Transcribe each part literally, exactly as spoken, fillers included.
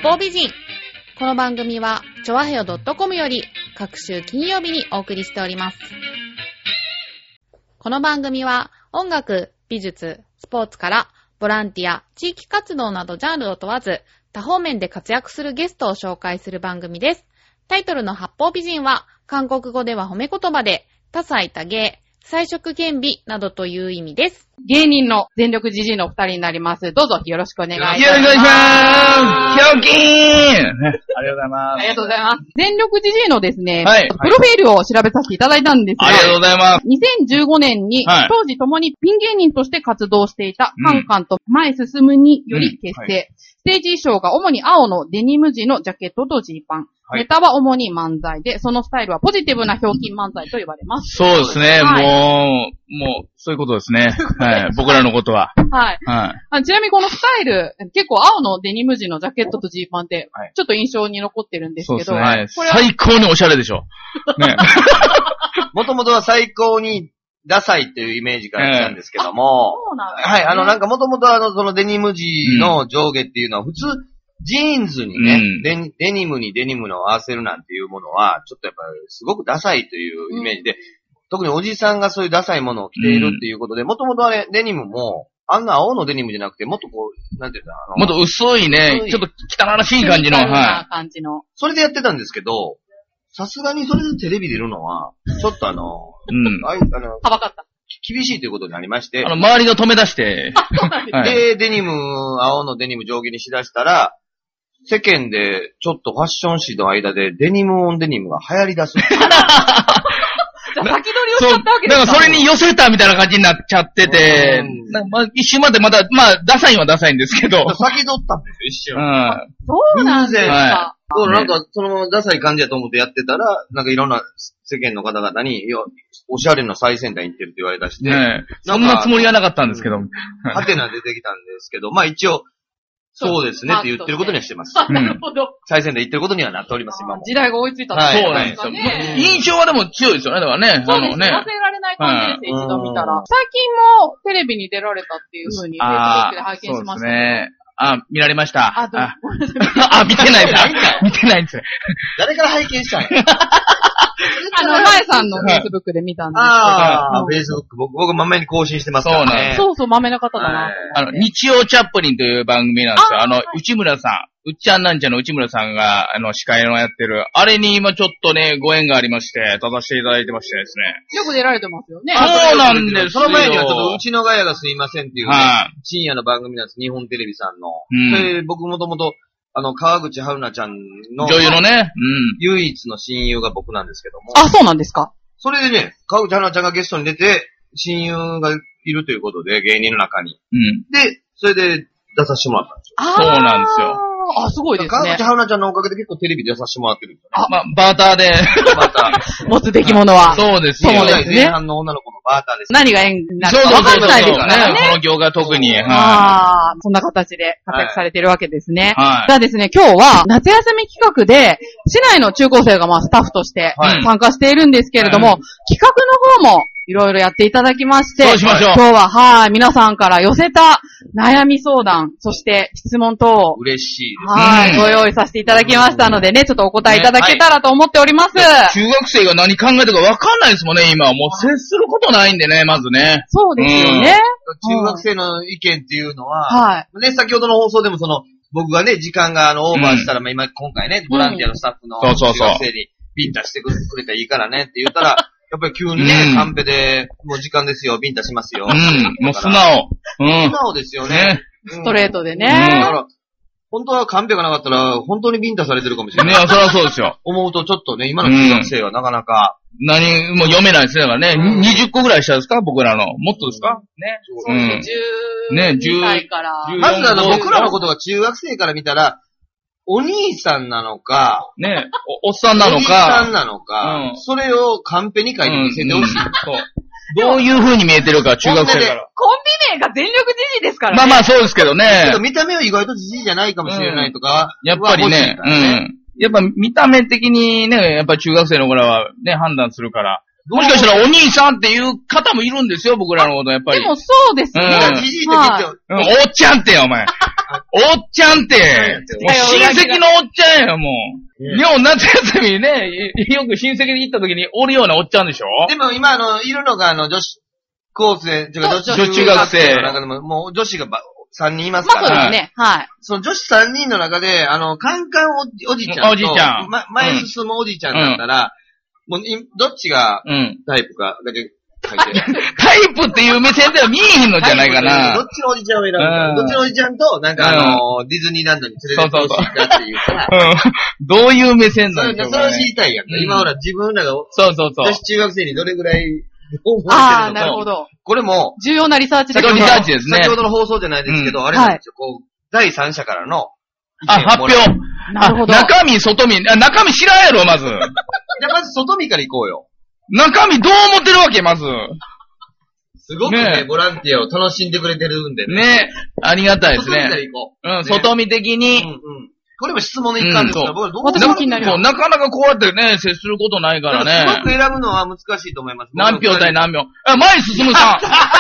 方美人。この番組はちょわへよ .com より各週金曜日にお送りしております。この番組は音楽、美術、スポーツからボランティア、地域活動などジャンルを問わず多方面で活躍するゲストを紹介する番組です。タイトルの八方美人は韓国語では褒め言葉で多彩多芸、彩色兼備などという意味です。 芸人の全力じじいの二人になります。どうぞよろしくお願いします。 よろしくお願いします。ひょうきーんありがとうございます。 ありがとうございます。全力じじいのですね、 はい、 プロフィールを調べさせていただいたんですが、 ありがとうございます。 にせんじゅうごねんに、はい、当時共にピン芸人として活動していたカンカンと前進むにより結成、うんはい、ステージ衣装が主に青のデニム地のジャケットとジーパン。はい、ネタは主に漫才で、そのスタイルはポジティブなひょうきん漫才と言われます。 そうですね、はい、もう、もう、そういうことですね。はい、僕らのことは。 はい。はいあ。ちなみにこのスタイル、結構青のデニム地のジャケットとジーパンって、ちょっと印象に残ってるんですけど。 そうですね。最高におしゃれでしょ。ね。 もともとは最高にダサいっていうイメージから来たんですけども。 そうなんですね。 はい、あのなんかもともとあの、そのデニム地の上下っていうのは普通、ジーンズにね、うん、デ, デニムにデニムの合わせるなんていうものは、ちょっとやっぱりすごくダサいというイメージで、うん、特におじさんがそういうダサいものを着ているっていうことで、もともとはね、デニムも、あんな青のデニムじゃなくて、もっとこう、なんていうんだ、あの、 もっと薄いね、薄いちょっと汚らしい感じの、 はい。感じの。 それでやってたんですけど、さすがにそれでテレビ出るのは、ちょっとあの、 うん。 ああの、 はばかった。 厳しいということになりまして、 あの、周りが止め出して、 はい、で、デニム、青のデニム上下にしだしたら、世間で、ちょっとファッション誌の間で、デニムオンデニムが流行り出す。 じゃあ先取りをしちゃったわけですか？ だからそれに寄せたみたいな感じになっちゃってて、なんかまあ、一瞬までまだ、まあ、ダサいはダサいんですけど。 先取ったんですよ、一瞬。 うん。 そうなんですか。 はい、そう、なんか、そのダサい感じだと思ってやってたら、なんかいろんな世間の方々に、いや、おしゃれの最先端行ってるって言われたして。 ねえ。そんなつもりはなかったんですけど。 ハテナ出てきたんですけど、まあ一応、そうですねって言ってることにはしてます。 なるほど。 最先端言ってることにはなっております、今も。 時代が追いついたってことですかね。そうなんですよ。印象はでも強いですよね、だからね。 そうですね。忘れられない感じです、一度見たら。最近もテレビに出られたっていう風に、フェイスブックで拝見しました。そうですね。 あ、見られました。 あ、どうも。 あ、見てないです。見てないんです。 誰から拝見したんやあの、前さんのフェイスブックで見たんですけど。 ああ、フェイスブック、僕、僕、まめに更新してますからね。 そうそう、まめな方だな。 あの、日曜チャップリンという番組なんですよ。あの、内村さん、うっちゃんなんちゃんの内村さんが、あの、司会のやってる、あれに今ちょっとね、ご縁がありまして、出させていただいてましてですね。 よく出られてますよね。 そうなんですよ。 その前にはちょっと、うちのガヤがすいませんっていうね、深夜の番組なんです、日本テレビさんの。うん、それ僕もともと、あの、川口春奈ちゃんの、 女優のね、うん。 唯一の親友が僕なんですけども。 あ、そうなんですか？ それでね、川口春奈ちゃんがゲストに出て、親友がいるということで、芸人の中に。 うん。 で、それで出させてもらったんですよ。 そうなんですよ。 あ、すごいですね。 川口春奈ちゃんのおかげで結構テレビで出させてもらってるんですよね。 あ、まあ、バーターで。 バーター。 持つべきものは。 そうですよ。 そうですね。前半の女の子のバーターです。 何が縁になるか分かんないですからね。 この業が特に。 ああ、そんな形で活躍されてるわけですね。 はい。 じゃあですね、今日は夏休み企画で、市内の中高生がまあスタッフとして参加しているんですけれども、企画の方も、いろいろやっていただきまして、 そうしましょう。 今日は、はい、皆さんから寄せた悩み相談、そして質問等を、 嬉しいですね。はい、ご用意させていただきましたのでね、ちょっとお答えいただけたらと思っております。ねはい、中学生が何考えてるかわかんないですもんね、今。もう接することないんでね、まずね。 そうですよね。 うん、中学生の意見っていうのは、 はい。 ね、先ほどの放送でもその、僕がね、時間があの、オーバーしたら、うん、まあ今、今回ね、ボランティアのスタッフの中学生にビンタしてくれたらいいからねって言ったら、やっぱり急にね、カンペで、もう時間ですよ、ビンタしますよ。 うん、もう素直。 うん。素直ですよね。 ストレートでね。 だから、本当はカンペがなかったら、本当にビンタされてるかもしれない。 ね、それはそうですよ。 思うとちょっとね、今の中学生はなかなか。 何、もう読めないですね。だからね、にじゅっこぐらいしたですか僕らの。もっとですかね。 そうですね、じゅうにさいから。 まずあの、僕らのことが中学生から見たら、お兄さんなのか、 ねお、おっさんなのか、お兄さんなのか、うん、それをカンペに書いて見せてほしい、うんうん。そう。 どういう風に見えてるか、中学生から。 コンビ名が全力じじいですからね。 まあまあそうですけどね。 けど見た目は意外とじじいじゃないかもしれないとか、 うん、やっぱりね、うん。やっぱ見た目的にね、やっぱ中学生の頃はね、判断するから。もしかしたらお兄さんっていう方もいるんですよ、僕らのこと、やっぱり。 でもそうですね。 じじいって言ってよ。 おっちゃんってよ、お前。 おっちゃんって、もう親戚のおっちゃんや、もう。日本夏休みね、よく親戚に行った時におるようなおっちゃんでしょ？ でも今、あの、いるのが、あの、女子高生、というか女子中学生の中でも、もう女子がさんにんいますから。 まあそうですね。はい。 その女子さんにんの中で、あの、カンカンおじおじちゃんと、 おじちゃんま、前進むおじちゃんだったら、もうい、どっちがタイプかだけ書いて。 タイプっていう目線では見えへんのじゃないかな。 どっちのおじちゃんを選ぶか。どっちのおじちゃんと、なんかあの、ディズニーランドに連れてってほしいかっていうから。 どういう目線なんだろう。それを知りたいやんか。今ほら自分らが、 そうそうそう。 女子中学生にどれぐらい、 ああ、なるほど。 これも、 重要なリサーチですね。リサーチですね。 先ほどの放送じゃないですけど、あれなんですよ。こう、第三者からの、 あ、発表。 なるほど。 中身、外身。中身知らんやろ、まず。 じゃあまず外身から行こうよ。 中身どう思ってるわけ、まず。 すごくね、ボランティアを楽しんでくれてるんでね。ね。ありがたいですね。 外見から行こう。うん、外見的に。 うんうん。これも質問の一環ですから、僕はどう私も気になります。 なかなかこうやってね、接することないからね。 すごく選ぶのは難しいと思います。 何票対何票。え、前進むさん。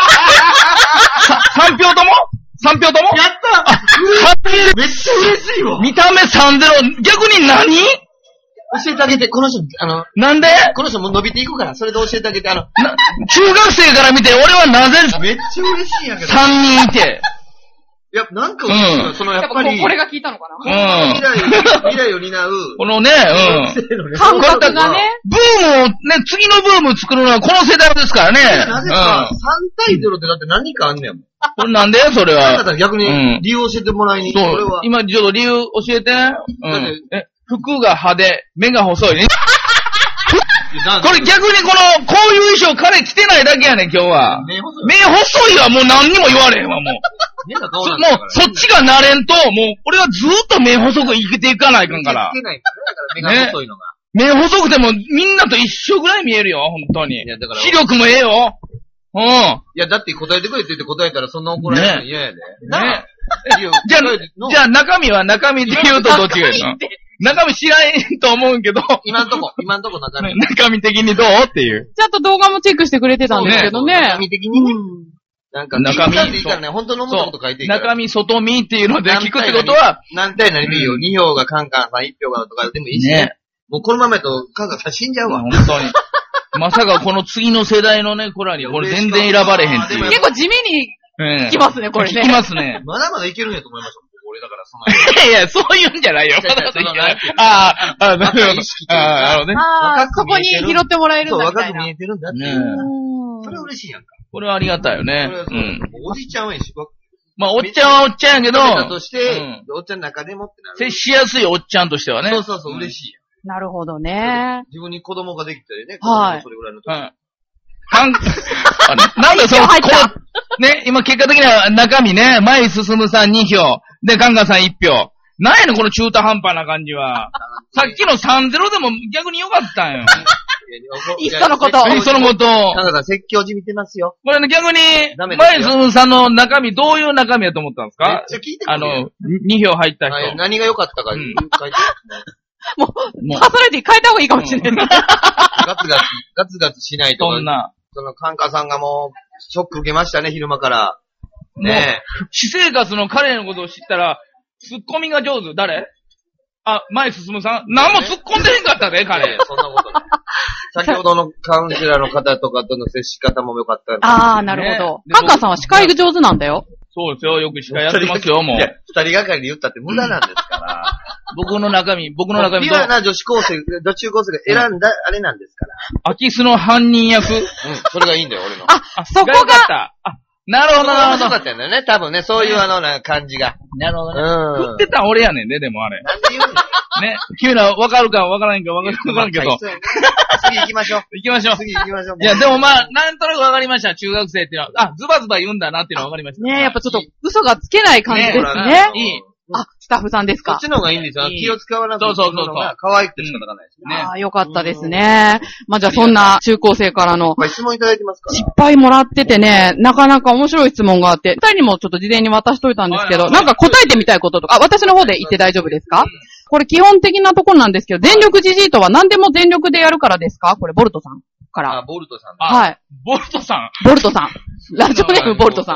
さん票とも ?さん 票ともやっためっちゃ嬉しいわ。 見た目さんゼロ。逆に何教えてあげて、この人、あの、 なんでこの人も伸びていくから、それで教えてあげて、あの、 中学生から見て、俺はなぜめっちゃ嬉しいんやけど。 さんにんいて。 いや、なんか、うん、そのやっぱり。 これが聞いたのかな？ うん。 未来、未来を担う。 このね、うん。 感覚がね。 ブームを、ね、次のブーム作るのはこの世代ですからね。 なぜか、さん対ゼロってだって何かあんねんもん。 これなんでそれは。 逆に、理由教えてもらいに。 そう。今、ちょっと理由教えて。うん。え、服が派手、目が細いね。これ逆にこの、こういう衣装彼着てないだけやねん、今日は。目細い。目細いはもう何にも言われへんわ、もう。 目が顔なんだから、ね。もう、そっちが慣れんと、もう、俺はずーっと目細く生きていかないかんから。 つけないから目が細いのが。 ね、目細くてもみんなと一緒ぐらい見えるよ、本当に。いや、だから。視力もええよ。うん。いや、だって答えてくれって言って答えたらそんな怒られるの嫌やで。 ね。じゃあ、じゃあ中身は中身で言うとどっちがいいの？中身知らんと思うけど。 今んとこ、今んとこ中身。 中身的にどうっていう。 ちゃんと動画もチェックしてくれてたんですけどね。 中身的にね。なんか、中身でいいからね、本当の思ったこと書いていいから。 中身、外身っていうので聞くってことは。 何対何でいいよ。に票がカンカンさん、いち票がとかでもいいしね。もうこのままやとカンカンさん死んじゃうわ。 本当に。まさかこの次の世代のね、子らにこれ全然選ばれへんっていう。 結構地味に聞きますね、これね。 聞きますね。 まだまだいけるんやと思いました。俺だからその。いやいや、そういうんじゃないよ。まだまだいけない。ああ、ああ、なるほど。 ああ、ね。ああ、そこに拾ってもらえるんだみたいな。 そう、若く見えてるんだって。それ嬉しいやんか。 これはありがたいよね。 うん。おじちゃんはいいし。 まあ、おっちゃんはおっちゃんやけど。 として、おっちゃんの中でもってなる。 接しやすいおっちゃんとしてはね。 そうそうそう、嬉しいやん。 なるほどね。 自分に子供ができたりね。 はい。 それぐらいの時。 はい。かん、なんだその、こう、ね、今結果的には中身ね、前進むさんに票、で、ガンガンさんいち票。なんやねん、この中途半端な感じは。さっきのさんゼロでも逆に良かったんよ。 いっそのこと。 いっそのこと。 ガンガンさん説教じみてますよ。 これね、逆に、前進むさんの中身、どういう中身やと思ったんですか？ めっちゃ聞いてくれ。 あの、に票入った人。 何が良かったか書いて。 もう、パーソナリティ変えた方がいいかもしれない。 ガツガツ、ガツガツしないとか。 そんな。 その、カンカさんがもう、ショック受けましたね、昼間から。ねえ。 私生活の彼のことを知ったら、ツッコミが上手。誰？あ、前進さん何も突っ込んでへんかったで、彼。 そんなことない。先ほどのカウンセラーの方とかとの接し方も良かった。 ああ、なるほど。カンカさんは司会が上手なんだよ。 そうですよ。よく司会やってますよ、もう。 二人がかりで言ったって無駄なんですから。 僕の中身、僕の中身と。 ピュアな女子高生、女中高生が選んだ、あれなんですから。 空き巣の犯人役。うん、 それがいいんだよ、俺の。 あ、そこが。 あ、なるほど、なるほど。 そうだったんだよね、多分ね、そういうあの、な感じが。 なるほどね。うん。振ってたん俺やねんね、でもあれ。 なんで言うんだよ。 ね。君ら分かるか分からんか分からんけど。 次行きましょう。 行きましょう。 次行きましょう。 いや、でもまあ、なんとなく分かりました。中学生っていうのは。あ、ズバズバ言うんだなっていうのは分かりました。 ねえ、やっぱちょっと嘘がつけない感じですね。いい。あ、スタッフさんですか。 こっちの方がいいんですよ。気を使わなくて。そうそうそう。可愛くて仕方がないですね。 ああ、よかったですね。まあじゃあそんな中高生からの。 質問いただいてますか？ 失敗もらっててね、なかなか面白い質問があって、二人にもちょっと事前に渡しといたんですけど、なんか答えてみたいこととか、私の方で言って大丈夫ですか？これ基本的なところなんですけど、全力ジジイとは何でも全力でやるからですか？これボルトさんから。 あ、ボルトさん。 はい。 ボルトさんボルトさん。ラジオネームボルトさん。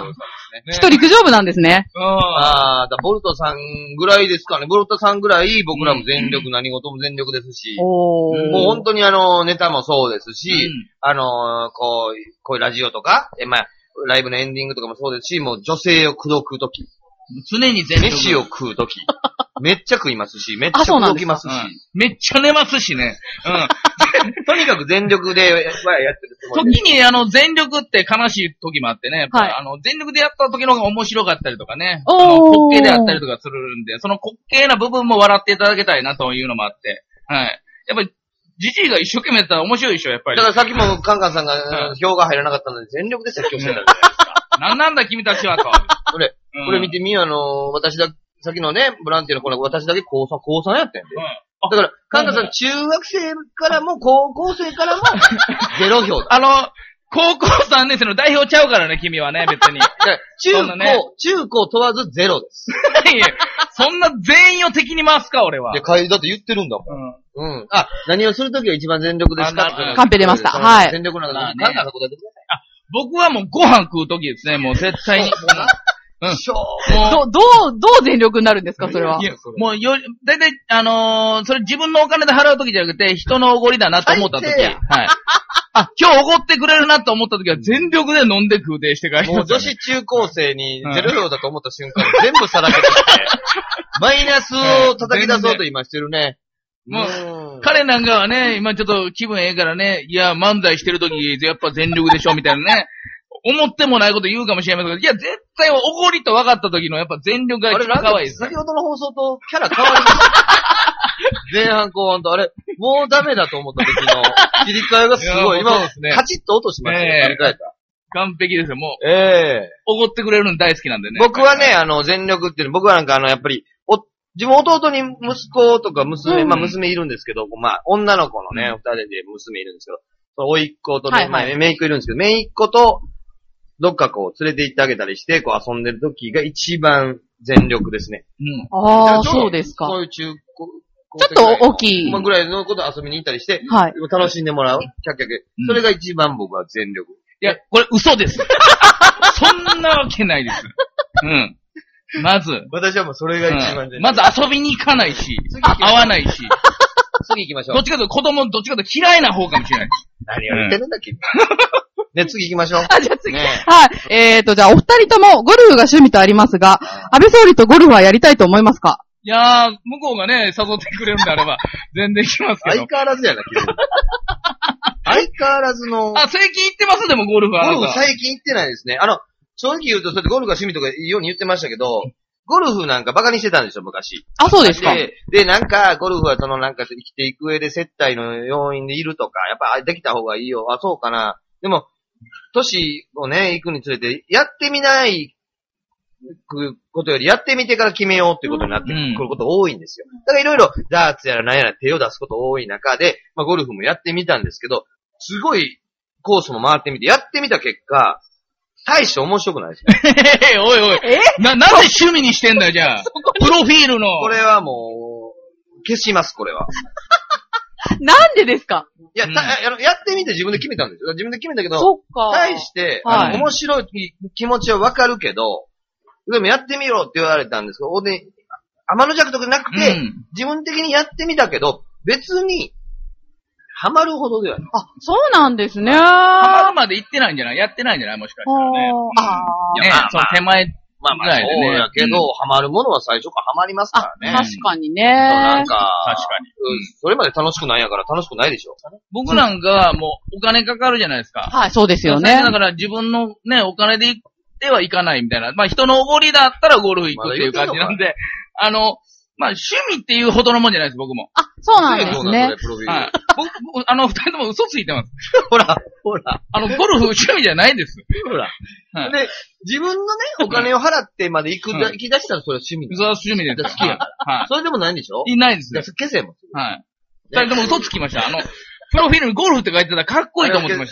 一人陸上部なんですね。 ああ、だボルトさんぐらいですかね。ボルトさんぐらい僕らも全力、何事も全力ですし、もう本当にあの、ネタもそうですし、あの、こう、こういうラジオとか、え、まあ、ライブのエンディングとかもそうですし、もう女性を口説くとき。 常に全力。 飯を食うとき。めっちゃ食いますし、めっちゃ口説きますし。 めっちゃ寝ますしね。うん。 とにかく全力でやってるつもりで。 時にあの、全力って悲しい時もあってね。はい。あの、全力でやった時の方が面白かったりとかね。おー。滑稽であったりとかするんで、その滑稽な部分も笑っていただきたいなというのもあって。はい。やっぱり、じじいが一生懸命やったら面白いでしょ、やっぱり。 だからさっきもカンカンさんが、票が入らなかったので全力で説教してたじゃないですか。 なんなんだ君たちはと。 これ、うん、これ見てみ、あの、私だ、さっきのね、ボランティアの子ら、私だけ高さん、高さんやってんで。うん、だから、カンカンさん、中学生からも、高校生からも、ゼロ票だ。 あの、高校さんねん生の代表ちゃうからね、君はね、別に。 中高、ね、中高問わずゼロです。 いや、そんな全員を敵に回すか、俺は。 いや、だって言ってるんだもん。うん。うん。あ、何をするときは一番全力ですか？ カンペ出ました。はい。 全力なので、カンカンさん答えてください。 あ、僕はもうご飯食うときですね、もう絶対に。 うん。しょう。ど、どう、どう全力になるんですか、それは。 いや、もうよ、だいたい、あのー、それ自分のお金で払うときじゃなくて、人のおごりだなと思ったとき。はい。あ、今日おごってくれるなと思ったときは全力で飲んで食うてして帰ります、ね。 もう女子中高生にゼロ票だと思った瞬間、全部さらけてきて、マイナスを叩き出そうと今してるね。 もう、彼なんかはね、今ちょっと気分ええからね、いや、漫才してるとき、やっぱ全力でしょ、みたいなね。思ってもないこと言うかもしれませんけど、いや、絶対おごりと分かった時のやっぱ全力が一番可愛いです。 先ほどの放送とキャラ変わりました。前半後半と、あれ、もうダメだと思った時の切り替えがすごい。今、ね、カチッと落としましたよ、切り替えた。 完璧ですよ、もう。 ええー。 おごってくれるの大好きなんでね。 僕はね、あの、全力っていうの、僕はなんかあの、やっぱり、お、自分弟に息子とか娘、うん、まあ娘いるんですけど、まあ女の子のね、二、うん、人で娘いるんですけど、その甥っ子とね、はいはい、まあ姪っ子いるんですけど、姪っ子と、どっかこう連れて行ってあげたりして、こう遊んでる時が一番全力ですね。 うん。ああ、そうですか。 そういう中高、 ちょっと大きい。 まあぐらいのこと遊びに行ったりして、はい。楽しんでもらう。キャッキャッキャ。それが一番僕は全力。 いや、これ嘘です。そんなわけないです。うん。まず。 私はもうそれが一番全力。 まず遊びに行かないし、会わないし。 次行きましょう。 どっちかというと子供、どっちかというと嫌いな方かもしれない。 何を言ってるんだっけ、ね、次行きましょう。 あ、じゃあ次。ね、はい。えーと、じゃあお二人ともゴルフが趣味とありますが、安倍総理とゴルフはやりたいと思いますか？ いやー、向こうがね、誘ってくれるんであれば、全然来ますけど。 相変わらずやな、君。相変わらずの。 あ、最近行ってますでもゴルフは。 ゴルフ最近行ってないですね。あの、正直言うと、それでゴルフが趣味とかいうように言ってましたけど、ゴルフなんかバカにしてたんですよ、昔。 あ、そうですか。 で、で、なんか、ゴルフはそのなんか生きていく上で接待の要因でいるとか、やっぱできた方がいいよ。あ、そうかな。でも、年をね、行くにつれて、やってみないことより、やってみてから決めようっていうことになってくること多いんですよ。だからいろいろ、ダーツやら何やら手を出すこと多い中で、まあゴルフもやってみたんですけど、すごいコースも回ってみて、やってみた結果、大して面白くないですね。 おいおい。えな、なんで趣味にしてんだよ、じゃあ。プロフィールの。 これはもう、消します、これは。 なんでですか？ いや、た、やってみて自分で決めたんですよ。自分で決めたけど、 そっか。 対して、はい、面白い気持ちはわかるけど、でもやってみろって言われたんですけど、で、天の弱とかなくて、うん、自分的にやってみたけど、別に、ハマるほどではない。 あ、そうなんですね。 ハマるまで行ってないんじゃない？やってないんじゃない？もしかしたらね。 ああ。ね、その手前まあまあ、そうやけど、うん、ハマるものは最初からハマりますからね。 確かにね。 なんか、 確かに、 うん。それまで楽しくないやから楽しくないでしょ。 僕なんかはもうお金かかるじゃないですか。 はい、そうですよね。 だから自分のね、お金で行ってはいかないみたいな。まあ人のおごりだったらゴルフ行くっていう感じなんで、あの、まあ趣味っていうほどのもんじゃないです、僕も。 あ、そうなんですね。 はい。僕、あの、二人とも嘘ついてます。 ほら、ほら。 あの、ゴルフ趣味じゃないです。 ほら。はい、で、自分のね、お金を払ってまで行く、行き出したらそれは趣味です。 それは趣味です。 好きやから。はい。それでもないんでしょ？ いないです。 消せも。 はい。二人とも嘘つきました。あの、プロフィールにゴルフって書いてたらかっこいいと思ってました。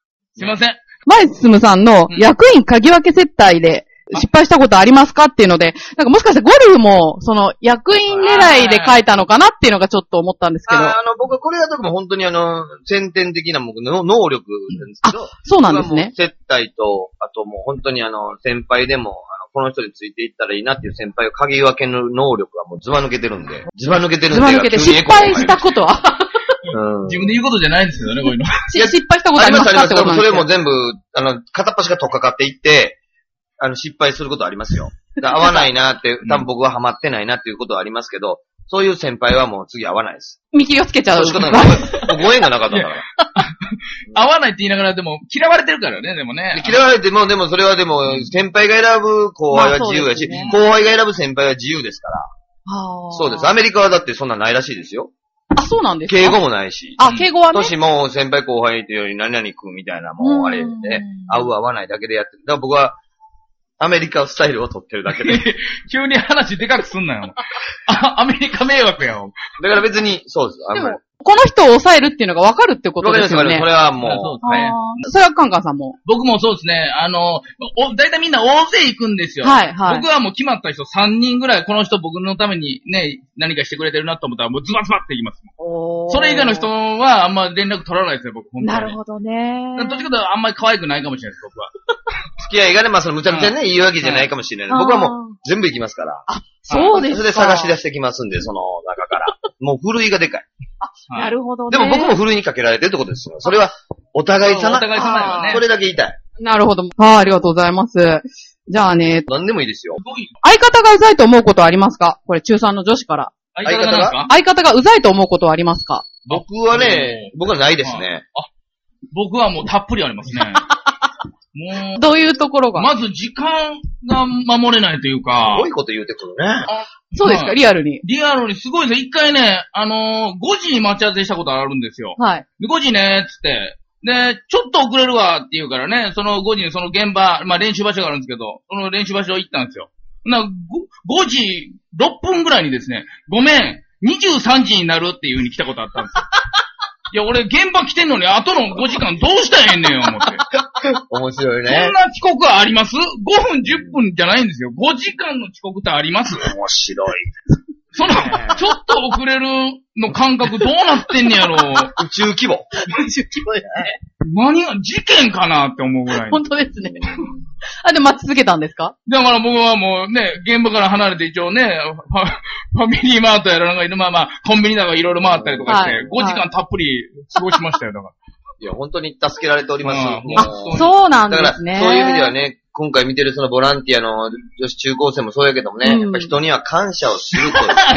あれを消しましょう。 すいません。 前進さんの役員鍵分け接待で、 失敗したことありますかっていうので、なんかもしかしてゴルフも、その、役員狙いで書いたのかなっていうのがちょっと思ったんですけど。 あ, あの、僕はこれはとも本当にあの、先天的な僕の能力なんですけど。 あ、そうなんですね。 接待と、あともう本当にあの、先輩でも、あの、この人についていったらいいなっていう先輩を嗅ぎ分ける能力がもうズバ抜けてるんで。ズバ抜けてるんで。 ズバ抜けて失敗したことはうん、自分で言うことじゃないんですけどね、こういうの。 失敗したことありますかってことなんですよ。 それも全部、あの、片っ端が取っかかっていって、あの、失敗することありますよ。合わないなって、多分僕はハマってないなっていうことはありますけど、そういう先輩はもう次合わないです。 見切りをつけちゃう。 そういうことなんか、ご縁がなかったんだから。 合わないって言いながらでも、嫌われてるからね、でもね。 嫌われても、でもそれはでも、先輩が選ぶ後輩は自由やし、まあね、後輩が選ぶ先輩は自由ですから。そうです。アメリカはだってそんなないらしいですよ。 あ、そうなんですか？ 敬語もないし。 あ、敬語はね。 年も先輩後輩っていうより何々君みたいな、もうあれで、合う合わないだけでやってる。だから僕は、アメリカスタイルを取ってるだけで。 急に話でかくすんなよ。あ、アメリカ迷惑やよ。 だから別に、そうです。あんまり。 この人を抑えるっていうのが分かるってことですよね。 それはもう。そうですね。 それはカンカンさんも。 僕もそうですね。あの、お、だいたいみんな大勢行くんですよ。 はい、はい。 僕はもう決まった人さんにんぐらい、この人僕のためにね、何かしてくれてるなと思ったら、もうズバズバって言います。おそれ以外の人はあんま連絡取らないですよ、僕、本当に。 なるほどね。 どっちかというとあんまり可愛くないかもしれないです、僕は。 付き合いがね、まあそのむちゃむちゃね、言うわけじゃないかもしれない。僕はもう全部行きますから。 あ、そうですか。 それで探し出してきますんで、その中から。もうふるいがでかい。 あ、なるほどね。 でも僕もふるいにかけられてるってことですよ。それは、お互い様。 お互い様よね。 それだけ言いたい。 なるほど。はい、ありがとうございます。じゃあね。 何でもいいですよ。 相方がうざいと思うことはありますか？これ中さんの女子から。 相方が相方がうざいと思うことはありますか？ 僕はね、僕はないですね。 あ、僕はもうたっぷりありますね。 もうどういうところがまず時間が守れないというか。 すごいこと言うてくるね。 そうですか、はい、リアルに。 リアルにすごいですよ。一回ね、あのー、ごじに待ち合わせしたことあるんですよ。 はい。 でごじね、つって。で、ちょっと遅れるわって言うからね、そのごじにその現場、まあ練習場所があるんですけど、その練習場所行ったんですよ。な、ごじろっぷんぐらいにですね、ごめん、にじゅうさんじになるっていう風に来たことあったんですよ。いや、俺現場来てんのに後のごじかんどうしたらええねんよ、思って。 面白いね。 そんな遅刻あります ?ご 分じゅっぷんじゃないんですよ。ごじかんの遅刻ってあります面白い。 その、ちょっと遅れるの感覚どうなってんねやろ。 宇宙規模。 宇宙規模やね。 何が、事件かなって思うぐらい。 本当ですね。あ、で、待ち続けたんですか？ だから僕はもうね、現場から離れて一応ね、ファ、ファミリーマートやらなんかいる、まあまあ、コンビニなんかいろいろ回ったりとかして、はい、ごじかんたっぷり過ごしましたよ、だから。 いや、本当に助けられております。 あ、そうなんですね。 だから、そういう意味ではね、今回見てるそのボランティアの女子中高生もそうやけどもね、うん、やっぱ人には感謝をすると。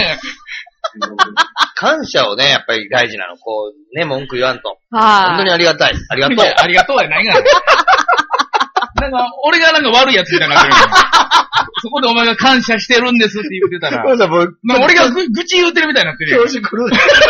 感謝をね、やっぱり大事なの。こう、ね、文句言わんと。はい。本当にありがたい。ありがとう。 ありがとうやないがな。なんか、俺がなんか悪いやつみたいになってる。そこでお前が感謝してるんですって言ってたら、俺がぐ愚痴言うてるみたいになってるよ。 調子狂う。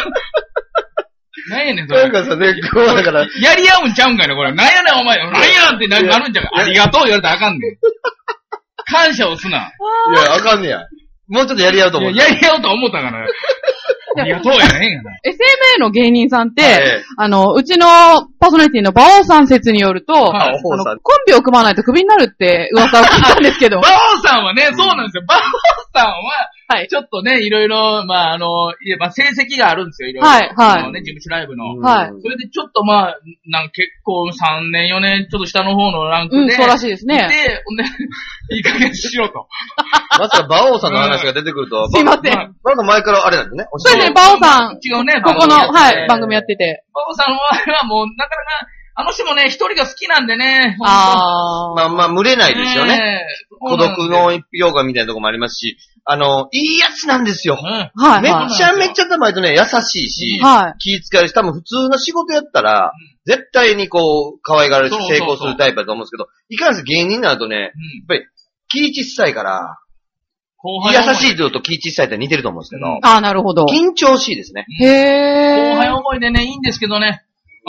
なんやねん、それ。 なんかさ、ね、こうだから。 やり合うんちゃうんかいな、これ。なんやねん、お前。なんやってなるんちゃうか。ありがとう言われたらあかんねん。感謝をすな。 いや、あかんねや。もうちょっとやり合うと思う。 やり合うと思ったから。ありがとうやねんやな。 エスエムエー の芸人さんって、はい、あの、うちのパーソナリティの馬王さん説によると、はい、あのコンビを組まないとクビになるって噂を聞いたんですけど。 馬王さんはね、そうなんですよ。馬王さんは、はい、ちょっとね、いろいろ、まあ、あの、まあ、成績があるんですよ、いろいろ。 はい、はい。 あのね、事務所ライブの。 はい。 それでちょっとまあ、なんか結構さんねん、よねん、ちょっと下の方のランクで。 うん、そうらしいですね。 で、ほんで、いい加減しろと。 まさか馬王さんの話が出てくるとは、 うん、すいません。 まだ前からあれなんですね。 そうですね、馬王さん。 違うね、 ここの、はい、番組やってて。 馬王さんはもう、なかなか、あの人もね、一人が好きなんでね。 ああ。まあまあ、群れないですよね。ね孤独の一票がみたいなとこもありますし、あの、いいやつなんですよ。うん、はい。めちゃめちゃたまにとね、優しいし、はい。気遣いし、多分普通の仕事やったら、うん、絶対にこう、可愛がられて成功するタイプだと思うんですけど、いかんせん芸人になるとね、うん、やっぱり、気小さいから、優しいとと気小さいって似てると思うんですけど、うん、 ああ、なるほど。 緊張しいですね。 へー。 後輩思いでね、いいんですけどね。うん。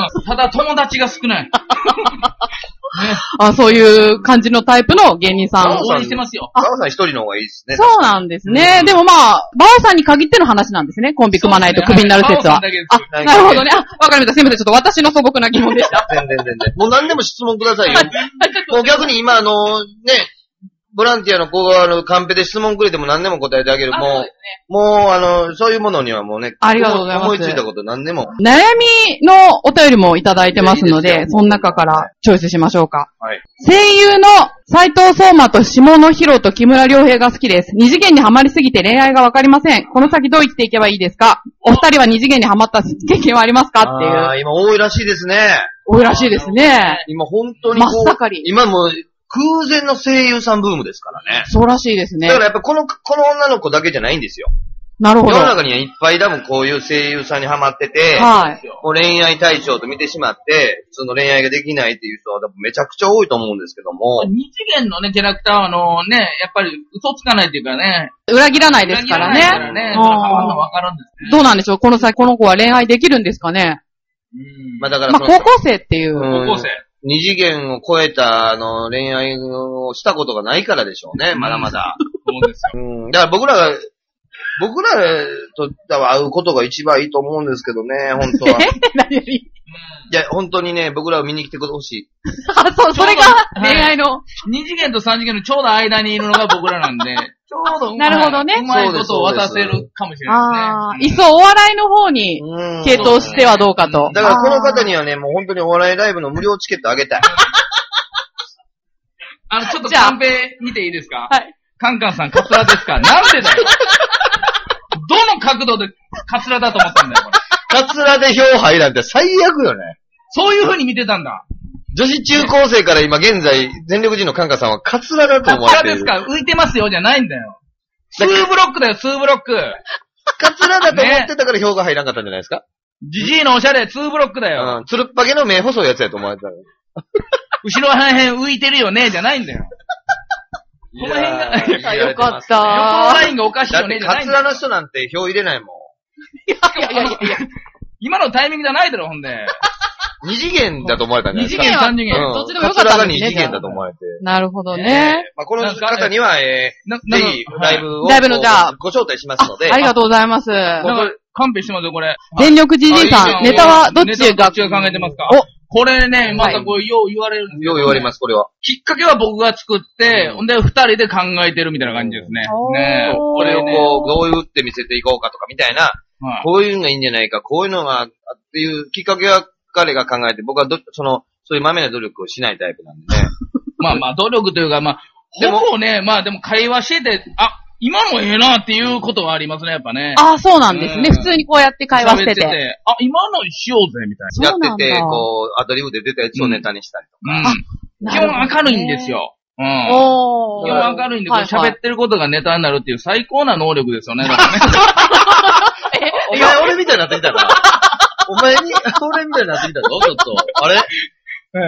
ただ友達が少ない。ね、 あ、そういう感じのタイプの芸人さん。 応援してますよ。 バオさん一人の方がいいですね。 そうなんですね。うん、でもまあ、バオさんに限っての話なんですね。コンビ組まないとクビになる説は。ね、あ、なるほどね。あ、わかりました。すみません。ちょっと私の素朴な疑問でした。 全然全然。もう何でも質問くださいよ。もう逆に今あの、ね、 ボランティアの子が、あの、カンペで質問くれても何でも答えてあげる。もう、もう、あの、そういうものにはもうね、 ありがとうございます。 思いついたこと何でも。 悩みのお便りもいただいてますので、いいでその中からチョイスしましょうか。 はい。 声優の斉藤相馬と下野紘と木村良平が好きです。二次元にハマりすぎて恋愛がわかりません。この先どう生きていけばいいですか？お二人は二次元にハマった経験はありますかっていう。 ああ、今多いらしいですね。 多いらしいですね。 今本当にこう。 真っ盛り。 今もう、空前の声優さんブームですからね。 そうらしいですね。 だからやっぱこの、この女の子だけじゃないんですよ。 なるほど。 世の中にはいっぱい多分こういう声優さんにハマってて、 はい。 もう恋愛対象と見てしまって、普通の恋愛ができないっていう人は多分めちゃくちゃ多いと思うんですけども。 二次元のね、キャラクターはあのね、やっぱり嘘つかないっていうかね。 裏切らないですからね。 裏切らないからね。それハマるのわかるんですね。 どうなんでしょうこの際、この子は恋愛できるんですかね。 うん。まあだからまあ高校生っていう。 高校生。 二次元を超えた、あの、恋愛をしたことがないからでしょうね、まだまだ。 そうですよ。 うん。だから僕らが、僕らと会うことが一番いいと思うんですけどね、本当は。 何々いや、本当にね、僕らを見に来てほしい。 あ、そう、それが恋愛の。 二次元と三次元のちょうど間にいるのが僕らなんで、ちょうどうまい、 なるほどねうまいことを渡せるかもしれないですね。 ああ、いっそお笑いの方に系統してはどうかと。 だからこの方にはね、もう本当にお笑いライブの無料チケットあげたい。 あの、ちょっとカンペ見ていいですか？ はい。 カンカンさんカツラですか？なんでだよ。どの角度でカツラだと思ったんだよ、これ。 カツラで票入らんって最悪よね。 そういう風に見てたんだ。 女子中高生から今現在、全力人のカンカさんはカツラだと思われてる。 カツラですか？浮いてますよじゃないんだよ。ツーブロックだよ、ツーブロック。 カツラだと思ってたから票が入らんかったんじゃないですか？ ジジイのおしゃれ、ツーブロックだよ。 うん、つるっぱげの目細いやつやと思われてた。 後ろらへん浮いてるよねじゃないんだよ。この辺が、 よかった。 横のラインがおかしいよねじゃないんだよ。 カツラの人なんて票入れないもん。 いやいやいやいや。 今のタイミングじゃないだろ、ほんで。 二次元だと思われたんじゃないですか。 二次元、三次元。 どっちでもよかったんですね。 カツラが二次元だと思われて。 なるほどね。 まあ、この方には、えー、ぜひ、ライブを、 ライブのじゃあ、 ご招待しますので。 ありがとうございます。 なんか、勘弁してますよ、これ。 全力じじいさん、ネタはどっちが、 どっちが考えてますか？おこれね、またこう、よう言われるんですよ。 よう言われます、これは。 きっかけは僕が作って、ほんで、二人で考えてるみたいな感じですね。ねこれをこう、どういうって見せていこうかとかみたいな、こういうのがいいんじゃないか、こういうのが、っていうきっかけは彼が考えて、僕はど、その、そういう豆な努力をしないタイプなんでね。 まあまあ、努力というか、まあ、ほぼね、まあでも会話してて、あ、今のええなっていうことはありますね、やっぱね。 ああ、そうなんですね。普通にこうやって会話してて。ててあ、今のしようぜ、みたいな。やってて、こう、アドリブで出たやつをネタにしたりとか。 うん。基本明るいんですよ。うん。 おー。 基本明るいんで、喋ってることがネタになるっていう最高な能力ですよね、だからね。 お前俺みたいになってきたな。お前に、俺みたいになってきたぞ、ちょっと。あれうん、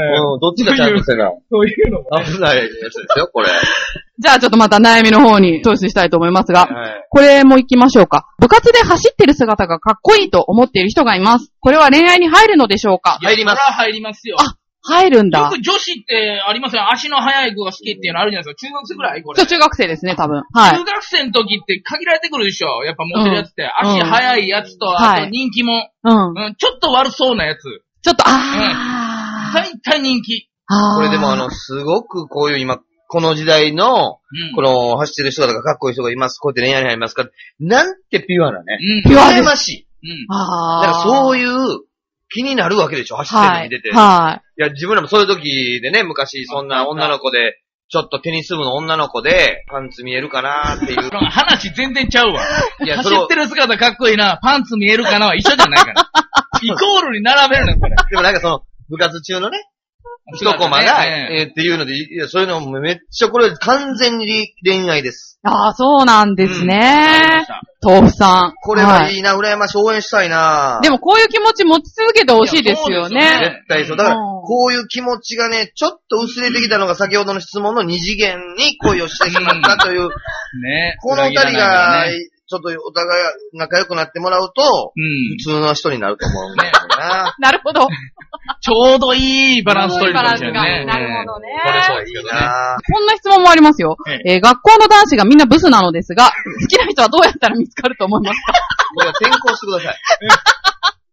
どっちがちゃんとせな。 そういうの危ないやつですよ、これ。 じゃあちょっとまた悩みの方にチョイスしたいと思いますが、はい、これも行きましょうか。部活で走ってる姿がかっこいいと思っている人がいます。これは恋愛に入るのでしょうか？ 入ります。 それは入りますよ。 あ、入るんだ。 よく女子ってありますよ。足の速い子が好きっていうのあるじゃないですか。中学生ぐらいこれ。 そう、中学生ですね、多分。はい。 中学生の時って限られてくるでしょ。やっぱ持ってるやつって。うん、足速いやつと、うん、あと人気も、うんうん。ちょっと悪そうなやつ。 ちょっと、あー。うん、大体人気。 これでもあの、すごくこういう今、この時代の、うん、この走ってる人がかっこいい人がいます。こうやって恋愛に入りますから。なんてピュアなね。 うん、ピュア羨ましい。 うん。 あだからそういう気になるわけでしょ。走ってるのに出て。 はい。はい。 いや、自分らもそういう時でね、昔そんな女の子で、ちょっとテニス部の女の子で、パンツ見えるかなっていう。 話全然ちゃうわ。いや、走ってる姿かっこいいな、パンツ見えるかなは一緒じゃないから。イコールに並べるの、これ。 でもなんかその、部活中のね、一コマが、えー、っていうので、いや、そういうのもめっちゃこれ完全に恋愛です。 ああ、そうなんですね。うん、豆腐さん。 これはいいな、はい、羨ましい、応援したいな。 でもこういう気持ち持ち続けてほしいですよね。 絶対そう。だから、こういう気持ちがね、ちょっと薄れてきたのが先ほどの質問の二次元に恋をしてしまったという。 ね。 この二人が、ちょっとお互い仲良くなってもらうと、うん、普通の人になると思うんだよな。 なるほど。 ちょうどいいバランス取りかもしれないね。 なるほどね。 これそうですけどね。 こんな質問もありますよ。えー、学校の男子がみんなブスなのですが、好きな人はどうやったら見つかると思いますか？ これは転校してください。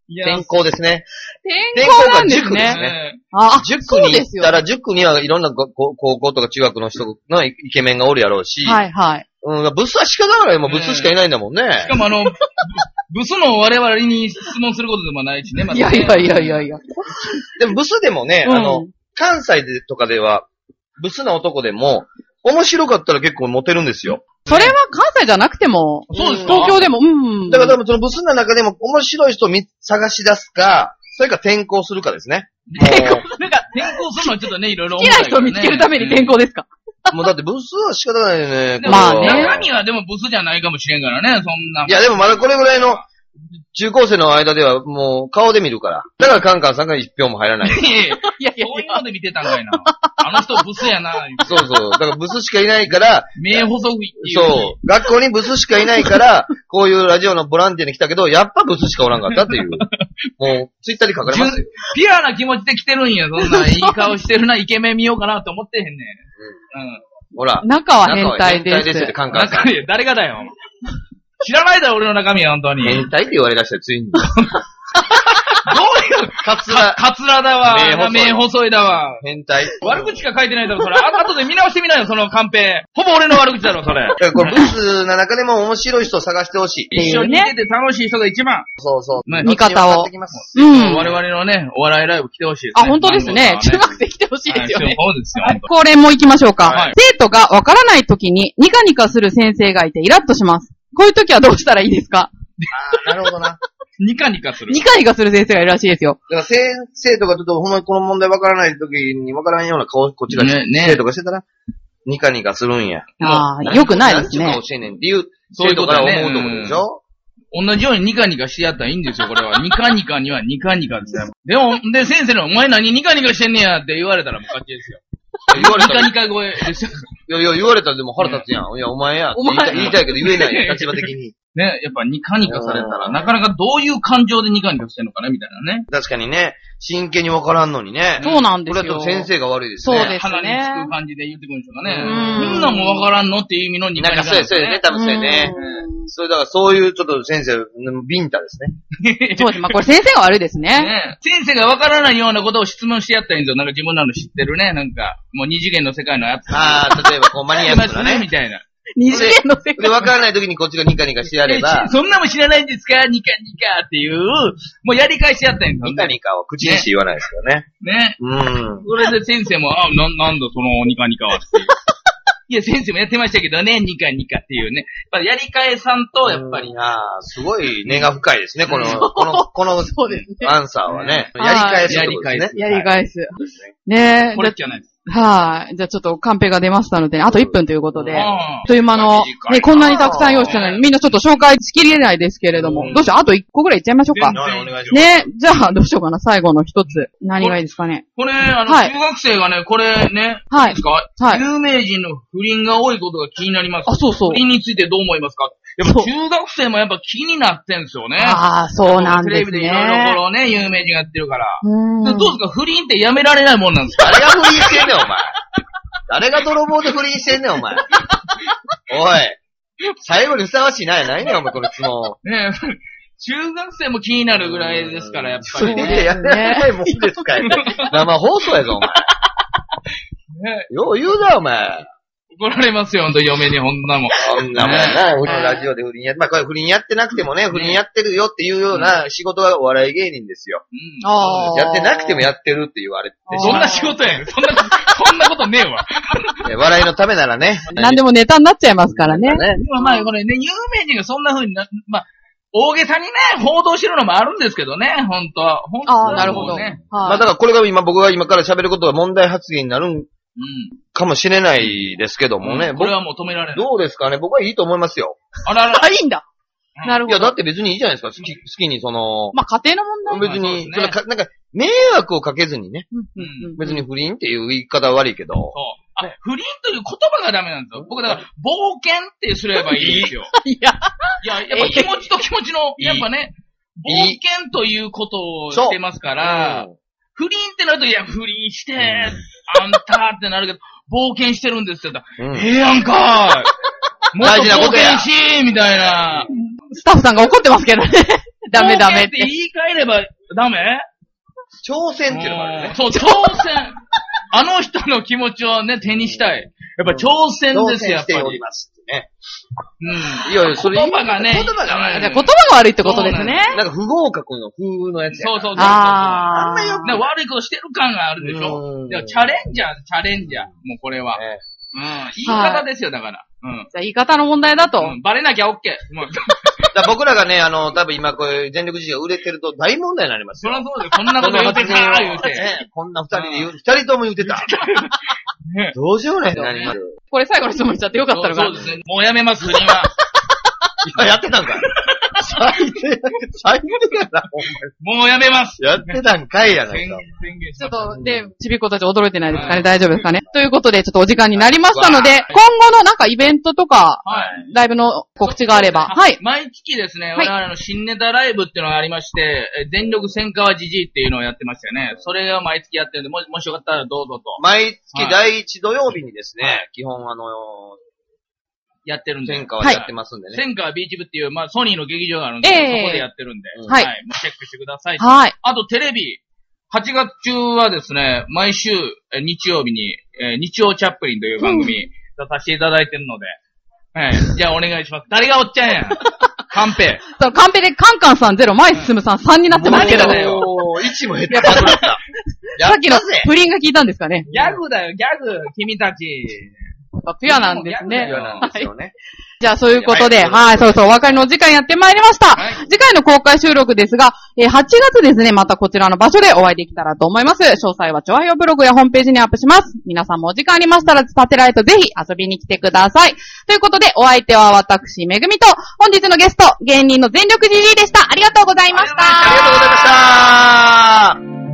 転校ですね。 転校なんですね。 転校が塾ですね。 あ、 塾に行ったら、塾にはいろんな高校とか中学の人のイケメンがおるやろうし。 はいはい。 うん、ブスは仕方がない。もうブスしかいないんだもんね。 しかもあの、ブスの我々に質問することでもないしね、まいやいやいやいやいや。 でもブスでもね、あの、関西でとかでは、ブスな男でも、面白かったら結構モテるんですよ。 それは関西じゃなくても、 そうですか東京でも、うん。 だから多分そのブスな中でも面白い人を探し出すか、それか転校するかですね。 転校、なんか転校するのはちょっとね、いろいろ、 ね。好きな人を見つけるために転校ですか？ もうだってブスは仕方ないよね。 まあね。 中身はでもブスじゃないかもしれんからね、そんな。 いやでもまだこれぐらいの、中高生の間ではもう顔で見るから。だからカンカンさんが一票も入らない。 いやいや、いやそういうので見てたんかいな。あの人ブスやな。 そうそう。だからブスしかいないから、 目細いっていう。 そう。学校にブスしかいないから、こういうラジオのボランティアに来たけど、やっぱブスしかおらんかったっていう。もう、ツイッターに書かれますよ。 ピュアな気持ちで来てるんや。そんな、いい顔してるな、イケメン見ようかなって思ってへんねん。うん。 ほら。 中は変態です。 変態ですって、カンカンさん。 誰がだよ。知らないだろ、俺の中身は、本当に。 変態って言われ出したよ、ついに。 どういう、カツラ、カツラだわ。目細いだわ。 変態。 悪口しか書いてないだろ、それ。あとで見直してみなよ、そのカンペ。ほぼ俺の悪口だろ、それ。 だからこれ、ブスな中でも面白い人を探してほしい。 一緒に見てて楽しい人が一番。 そうそう。 味方を。 うん。我々のね、お笑いライブ来てほしいですね。 あ、本当ですね。中学生来てほしいですよね。 そうですよ。 これも行きましょうか。生徒がわからない時にニカニカする先生がいてイラッとします。こういう時はどうしたらいいですか？ ああ、なるほどな。 ニカニカする。 ニカニカする先生がいるらしいですよ。 だから先生とかちょっとほんまにこの問題わからない時にわからんような顔、こっちがね、ね。 生とかしてたら、ニカニカするんや。 ああ、よくないですね。 何ちゅうの教えねんっていう、生徒から思うところでしょ？ 同じようにニカニカしてやったらいいんですよ、これは。ニカニカにはニカニカですよ。でも、で、先生のお前何ニカニカしてんねやって言われたらもう勝ちですよ。言われたら。ニカニカ声ですよ。 いやいや、言われたらでも腹立つやん。いや、お前やって言いたい、言いたいけど言えないよ、立場的に。 ね、やっぱニカニカされたら、なかなかどういう感情でニカニカしてんのかね、みたいなね。 確かにね、真剣にわからんのにね。 そうなんですよ。 これだと先生が悪いですね。 そうですね。 鼻につく感じで言ってくるんでしょうかね。みんなもわからんのっていう意味のニカニカ。 なんかそうですね、多分そうやね。それだからそういうちょっと先生、ビンタですね。 そうです。まあこれ先生が悪いですね。 ね先生がわからないようなことを質問してやったらいいんですよ。なんか自分なの知ってるね。なんか、もう二次元の世界のやつ。 ああ、例えばこうマニアックなね。 みたいな。 二次元の世界。 で、わからない時にこっちがニカニカしてやれば。 そんなもん知らないんですかニカニカっていう、もうやり返しやったんですよ。 ニカニカを口にして言わないですよね。 ね。 うん。 それで先生も、あ、な、なんだそのニカニカはっていう。いや、先生もやってましたけどね、ニカニカっていうね。やっぱりやり返さんと、やっぱり。 ああ、すごい根が深いですね、この、この、この、 そうですね。 アンサーはね。やり返す。 やり返す。 やり返す。ねえ。 これじゃないです。 はい。じゃあちょっとカンペが出ましたので、ね、あといっぷんということで。という間の、ね、こんなにたくさん用意したのに、みんなちょっと紹介しきれないですけれども、どうしよう、あといっこぐらいいっちゃいましょうか。ね、じゃあどうしようかな、最後の一つ。何がいいですかね。 これ、あの、中学生がね、これね、はい。ですかはい。有名人の不倫が多いことが気になります。 あ、そうそう。 不倫についてどう思いますか？やっぱ中学生もやっぱ気になってんすよね。 ああ、そうなんですね。 テレビでいろいろこのね、有名人がやってるから。どうですか？不倫ってやめられないもんなんですか？ 誰が不倫してんねん、お前。誰が泥棒で不倫してんねん、お前。おい。最後にふさわしいなやないねん、お前、この質問。 ねえ。中学生も気になるぐらいですから、やっぱり、ね。 それでやらないもんですかい。生放送やぞ、お前。ね、よう言うな、お前。 怒られますよ、ほんと、嫁に、ほんなもん。 そんなもんな、うちのラジオで不倫やって、まあ、これ不倫やってなくてもね、不倫やってるよっていうような仕事がお笑い芸人ですよ。 うん。ああ。やってなくてもやってるって言われて。 そんな仕事やん。そんな、そんなことねえわ。 笑いのためならね。 何でもネタになっちゃいますからね。 ねまあまあ、これね、有名人がそんな風にな、まあ、大げさにね、報道してるのもあるんですけどね、本当は。本当は、 ああ、なるほど。 ね。 まあ、だからこれが今僕が今から喋ることは問題発言になるんかもしれないですけどもね。 うん、これはもう止められない。 どうですかね？僕はいいと思いますよ。 あらら。 あ、いいんだ。なるほど。 いや、だって別にいいじゃないですか。好き、好きにその。 まあ、家庭の問題別に、それか、なんか、迷惑をかけずにね。うん、別に不倫っていう言い方は悪いけど。そう。 あ、不倫という言葉がダメなんですよ。僕だから、冒険ってすればいいんですよ。 いや。 いや、やっぱ気持ちと気持ちの、やっぱね、冒険ということをしてますから、不倫ってなると、いや、不倫して、あんたってなるけど、冒険してるんですよ。ええやんかーい。もっと冒険しーみたいな。 スタッフさんが怒ってますけどね。 ダメダメって。 って言い換えればダメ？ 挑戦っていうのがあるね。 そう、挑戦。あの人の気持ちをね、手にしたい。やっぱ挑戦ですよ、やっぱり。挑戦しておりますってね。うん。いやいや、それ言葉がね。 言葉が悪い。じゃあ言葉が悪いってことですね。 なんか不合格の風のやつや。 そうそうそうそう。 ああんまよく悪いことしてる感があるでしょ。でもチャレンジャー、チャレンジャー。もうこれは。ね、うん。言い方ですよ、だから。うん。 じゃあ言い方の問題だと。 うん。バレなきゃ OK。もうだ僕らがね、あの、多分今こういう全力自身が売れてると大問題になりますよ。 そりゃそうです。こんなこと言うてた言うて。 ね、こんな二人で言う、二人とも言うてた。どうしようねってなります。 これ最後の質問しちゃってよかったのかな。 そうですね。もうやめます、不倫は。 今やってたんかい。最低、最低やな、ほんまに。 もうやめます。 やってたんかいやないか。 宣言しちょっと、で、ちびっ子たち驚いてないですかね、大丈夫ですかね。ということで、ちょっとお時間になりましたので、今後のなんかイベントとか、ライブの告知があれば。はい。 毎月ですね、我々の新ネタライブっていうのがありまして、全力戦火じじいっていうのをやってましたよね。それを毎月やってるんで、もし、もしよかったらどうぞと。 毎月第一土曜日にですね、基本あの、 やってるんで。 戦火はやってますんでね。 戦火はビーチ部っていう、まあ、ソニーの劇場があるんで、 えー、 そこでやってるんで、 はい。 はい。もうチェックしてください。 はい。 あと、テレビ、はちがつ中はですね、毎週、え日曜日に、えー、日曜チャップリンという番組、出させていただいてるので、はい。じゃあ、お願いします。誰がおっちゃんやん。カンペ。 そう、カンペでカンカンさんゼロ、前進さんさんになってますけど。 何がだよ。 いちも減った。さっきの不倫が聞いたんですかね。 ギャグだよ、ギャグ、君たち。 ピュアなんですね。 ピュアなんですよね。 じゃあ、そういうことで、はい、そうそう、お別れのお時間やってまいりました。はい、次回の公開収録ですが、えー、はちがつですね、またこちらの場所でお会いできたらと思います。詳細は、チョアヘヨブログやホームページにアップします。皆さんもお時間ありましたら、スタテライトぜひ遊びに来てください。ということで、お相手は私、めぐみと、本日のゲスト、芸人の全力じじいでした。ありがとうございました。 ありがとうございました。